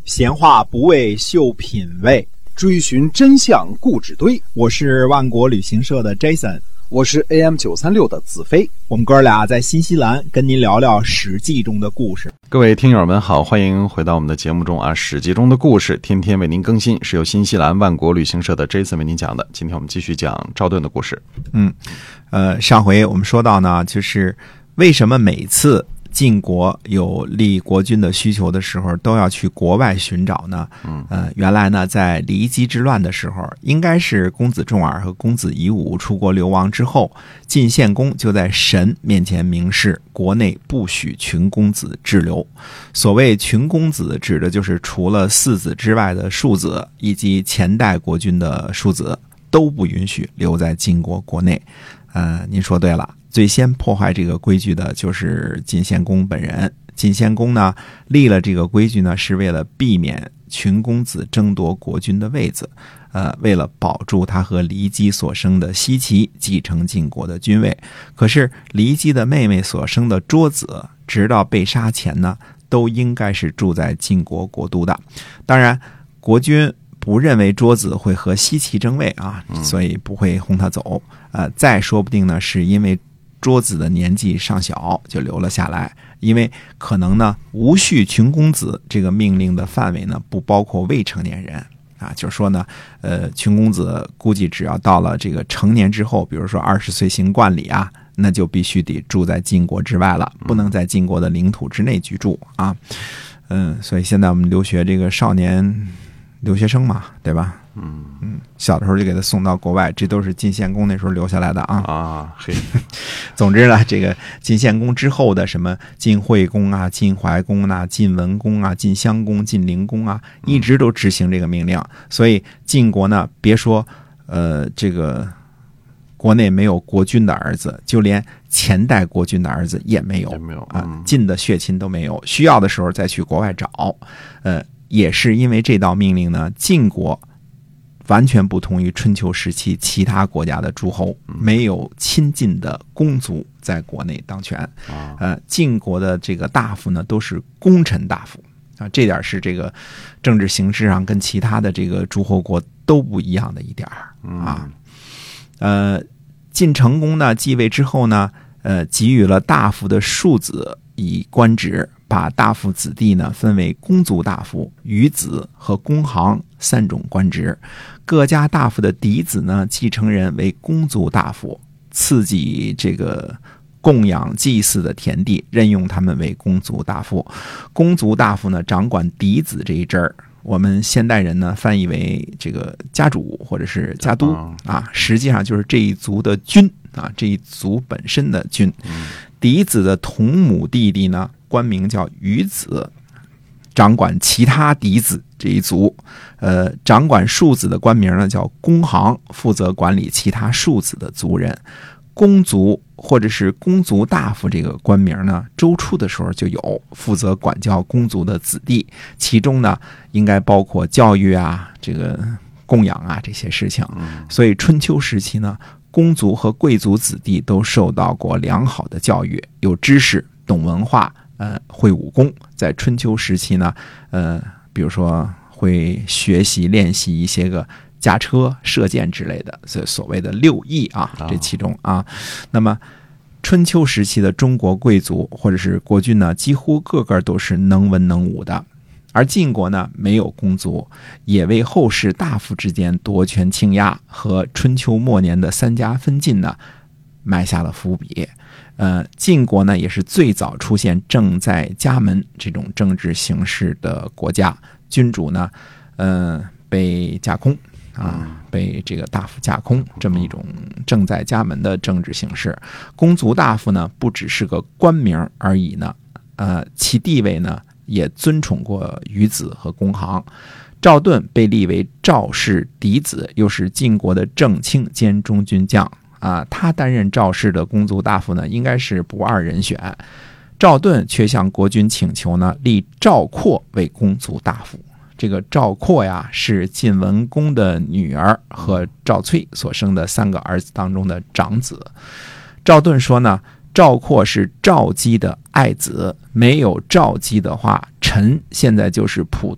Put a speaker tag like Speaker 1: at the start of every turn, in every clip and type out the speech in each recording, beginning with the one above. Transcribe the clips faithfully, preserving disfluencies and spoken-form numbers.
Speaker 1: 闲话不为秀品味，
Speaker 2: 追寻真相故纸堆。
Speaker 1: 我是万国旅行社的 Jason，
Speaker 2: 我是 A M 九三六 的子飞。
Speaker 1: 我们哥俩在新西兰跟您聊聊史记中的故事。
Speaker 3: 各位听友们好，欢迎回到我们的节目中啊！史记中的故事天天为您更新，是由新西兰万国旅行社的 Jason 为您讲的。今天我们继续讲赵盾的故事。
Speaker 1: 嗯，呃，上回我们说到呢，就是为什么每次晋国有立国君的需求的时候都要去国外寻找呢？嗯，呃，原来呢，在骊姬之乱的时候，应该是公子重耳和公子夷吾出国流亡之后，晋献公就在神面前明示，国内不许群公子滞留。所谓群公子，指的就是除了四子之外的庶子以及前代国君的庶子都不允许留在晋国国内。呃，您说对了。最先破坏这个规矩的就是晋献公本人。晋献公呢立了这个规矩呢，是为了避免群公子争夺国君的位子，呃，为了保住他和骊姬所生的奚齐继承晋国的君位。可是骊姬的妹妹所生的卓子，直到被杀前呢，都应该是住在晋国国都的。当然，国君不认为卓子会和奚齐争位啊，所以不会轰他走。呃，再说不定呢，是因为卓子的年纪尚小，就留了下来。因为可能呢，无序群公子这个命令的范围呢，不包括未成年人啊，就是说呢，呃，群公子估计只要到了这个成年之后，比如说二十岁行冠礼啊，那就必须得住在晋国之外了，不能在晋国的领土之内居住啊。嗯，所以现在我们留学这个少年留学生嘛，对吧？嗯嗯，小的时候就给他送到国外，这都是晋献公那时候留下来的啊
Speaker 3: 啊嘿。
Speaker 1: 总之呢，这个晋献公之后的什么晋惠公啊、晋怀公啊、晋文公啊、晋襄公、晋灵公啊，一直都执行这个命令。所以晋国呢，别说呃这个国内没有国君的儿子，就连前代国君的儿子也没有，
Speaker 3: 也没有
Speaker 1: 啊，晋的血亲都没有，需要的时候再去国外找。呃，也是因为这道命令呢，晋国完全不同于春秋时期其他国家的诸侯，没有亲近的公族在国内当权。呃，晋国的这个大夫呢，都是功臣大夫啊，这点是这个政治形势上跟其他的这个诸侯国都不一样的一点啊。呃，晋成公呢继位之后呢，呃，给予了大夫的庶子以官职，把大夫子弟呢分为公族大夫、余子和公行三种官职。各家大夫的嫡子呢，继承人为公族大夫，赐给这个供养祭祀的田地，任用他们为公族大夫。公族大夫呢，掌管嫡子这一支儿，我们现代人呢翻译为这个家主或者是家督啊，实际上就是这一族的君啊，这一族本身的君。嫡子的同母弟弟呢，官名叫余子，掌管其他嫡子这一族。呃，掌管庶子的官名呢叫公行，负责管理其他庶子的族人。公族或者是公族大夫这个官名呢，周初的时候就有，负责管教公族的子弟，其中呢应该包括教育啊、这个供养啊这些事情。所以春秋时期呢，公族和贵族子弟都受到过良好的教育，有知识、懂文化，呃，会武功。在春秋时期呢，呃，比如说会学习练习一些个驾车、射箭之类的，所以所谓的六艺啊，这其中啊。那么春秋时期的中国贵族或者是国君呢，几乎个个都是能文能武的。而晋国呢，没有公族，也为后世大夫之间夺权倾轧和春秋末年的三家分晋呢埋下了伏笔。呃，晋国呢也是最早出现政在家门这种政治形式的国家，君主呢，呃，被架空啊，被这个大夫架空，这么一种政在家门的政治形式。公族大夫呢，不只是个官名而已呢，呃，其地位呢也尊崇过余子和公行。赵盾被立为赵氏嫡子，又是晋国的正卿兼中军将啊，他担任赵氏的公族大夫呢，应该是不二人选。赵盾却向国君请求呢，立赵括为公族大夫。这个赵括呀，是晋文公的女儿和赵翠所生的三个儿子当中的长子。赵盾说呢，赵括是赵姬的爱子，没有赵姬的话，臣现在就是普通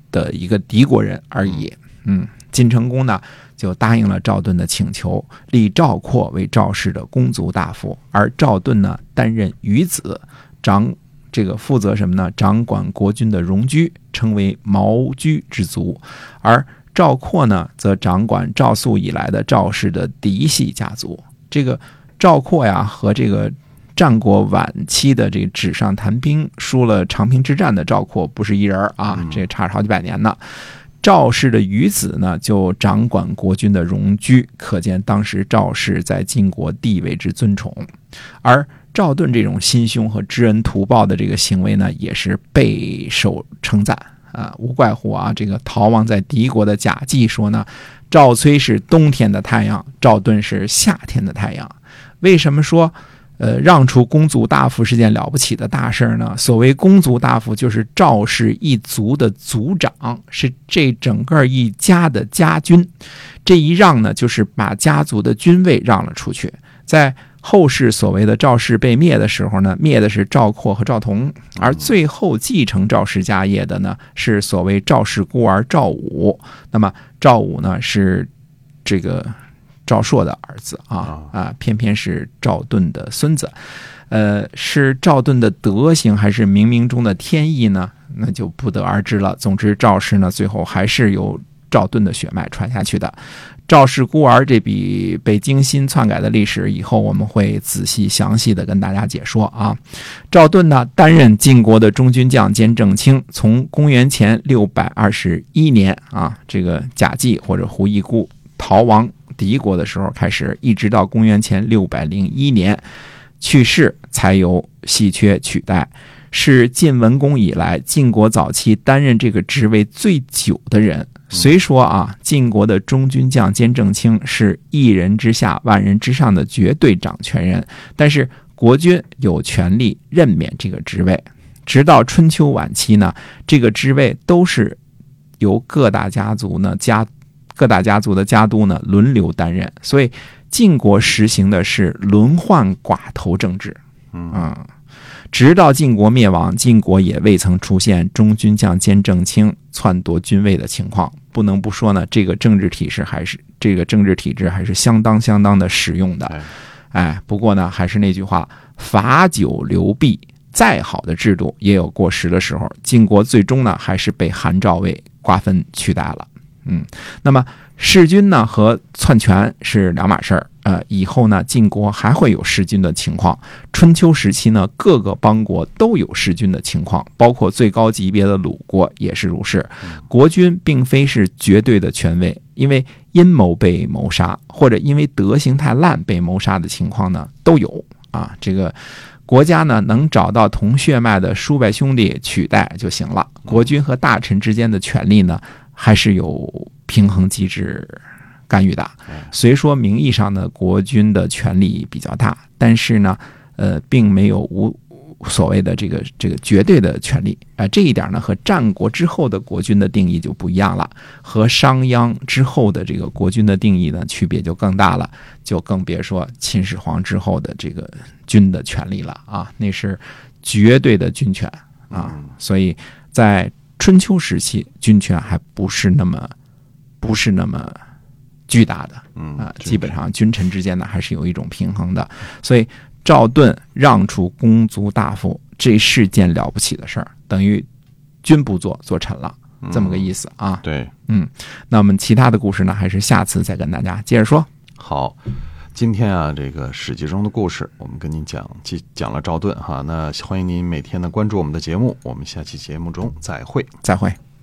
Speaker 1: 的一个敌国人而已。嗯，晋成公呢就答应了赵盾的请求，立赵括为赵氏的公族大夫，而赵盾呢担任余子，掌这个负责什么呢？掌管国君的戎车，称为毛车之族。而赵括呢，则掌管赵肃以来的赵氏的嫡系家族。这个赵括呀，和这个战国晚期的这个纸上谈兵输了长平之战的赵括不是一人啊，这差好几百年呢。赵氏的余子呢，就掌管国君的戎车，可见当时赵氏在晋国地位之尊崇。而赵盾这种心胸和知恩图报的这个行为呢，也是备受称赞啊，无怪乎啊，这个陶王在敌国的甲记说呢，赵崔是冬天的太阳，赵盾是夏天的太阳。为什么说呃，让出公族大夫是件了不起的大事呢？所谓公族大夫，就是赵氏一族的族长，是这整个一家的家君。这一让呢，就是把家族的君位让了出去。在后世所谓的赵氏被灭的时候呢，灭的是赵括和赵同，而最后继承赵氏家业的呢，是所谓赵氏孤儿赵武。那么赵武呢，是这个赵朔的儿子啊啊，偏偏是赵盾的孙子，呃，是赵盾的德行还是冥冥中的天意呢？那就不得而知了。总之，赵氏呢，最后还是由赵盾的血脉传下去的。赵氏孤儿这笔被精心篡改的历史，以后我们会仔细详细的跟大家解说啊。赵盾呢，担任晋国的中军将兼正卿，从公元前六百二十一年啊，这个贾季或者胡一姑逃亡敌国的时候开始，一直到公元前六百零一年去世，才由细缺取代。是晋文公以来晋国早期担任这个职位最久的人。虽说啊，晋国的中军将兼正卿是一人之下万人之上的绝对掌权人，但是国君有权利任免这个职位。直到春秋晚期呢，这个职位都是由各大家族呢家各大家族的家督呢轮流担任，所以晋国实行的是轮换寡头政治。嗯，直到晋国灭亡，晋国也未曾出现中军将兼正卿篡夺君位的情况。不能不说呢，这个政治体制还是这个政治体制还是相当相当的实用的。哎，不过呢，还是那句话，罚酒流弊，再好的制度也有过时的时候。晋国最终呢，还是被韩赵魏瓜分取代了。嗯，那么弑君呢和篡权是两码事儿。呃，以后呢，晋国还会有弑君的情况。春秋时期呢，各个邦国都有弑君的情况，包括最高级别的鲁国也是如是。国君并非是绝对的权威，因为阴谋被谋杀，或者因为德行太烂被谋杀的情况呢，都有啊。这个国家呢，能找到同血脉的叔伯兄弟取代就行了。国君和大臣之间的权力呢，还是有平衡机制干预的。虽说名义上的国君的权力比较大，但是呢，呃，并没有无所谓的这个这个绝对的权利啊、呃。这一点呢，和战国之后的国君的定义就不一样了，和商鞅之后的这个国君的定义呢，区别就更大了。就更别说秦始皇之后的这个君的权利了啊，那是绝对的君权啊。所以在春秋时期，君权还不是那么不是那么巨大的，嗯啊，基本上君臣之间呢还是有一种平衡的，所以赵盾让出公族大夫，这是件了不起的事儿，等于君不做做臣了，这么个意思啊。
Speaker 3: 嗯、对，
Speaker 1: 嗯，那我们其他的故事呢，还是下次再跟大家接着说。
Speaker 3: 好，今天啊，这个史记中的故事，我们跟您讲讲了赵盾哈，那欢迎您每天呢关注我们的节目，我们下期节目中再会，
Speaker 1: 再会。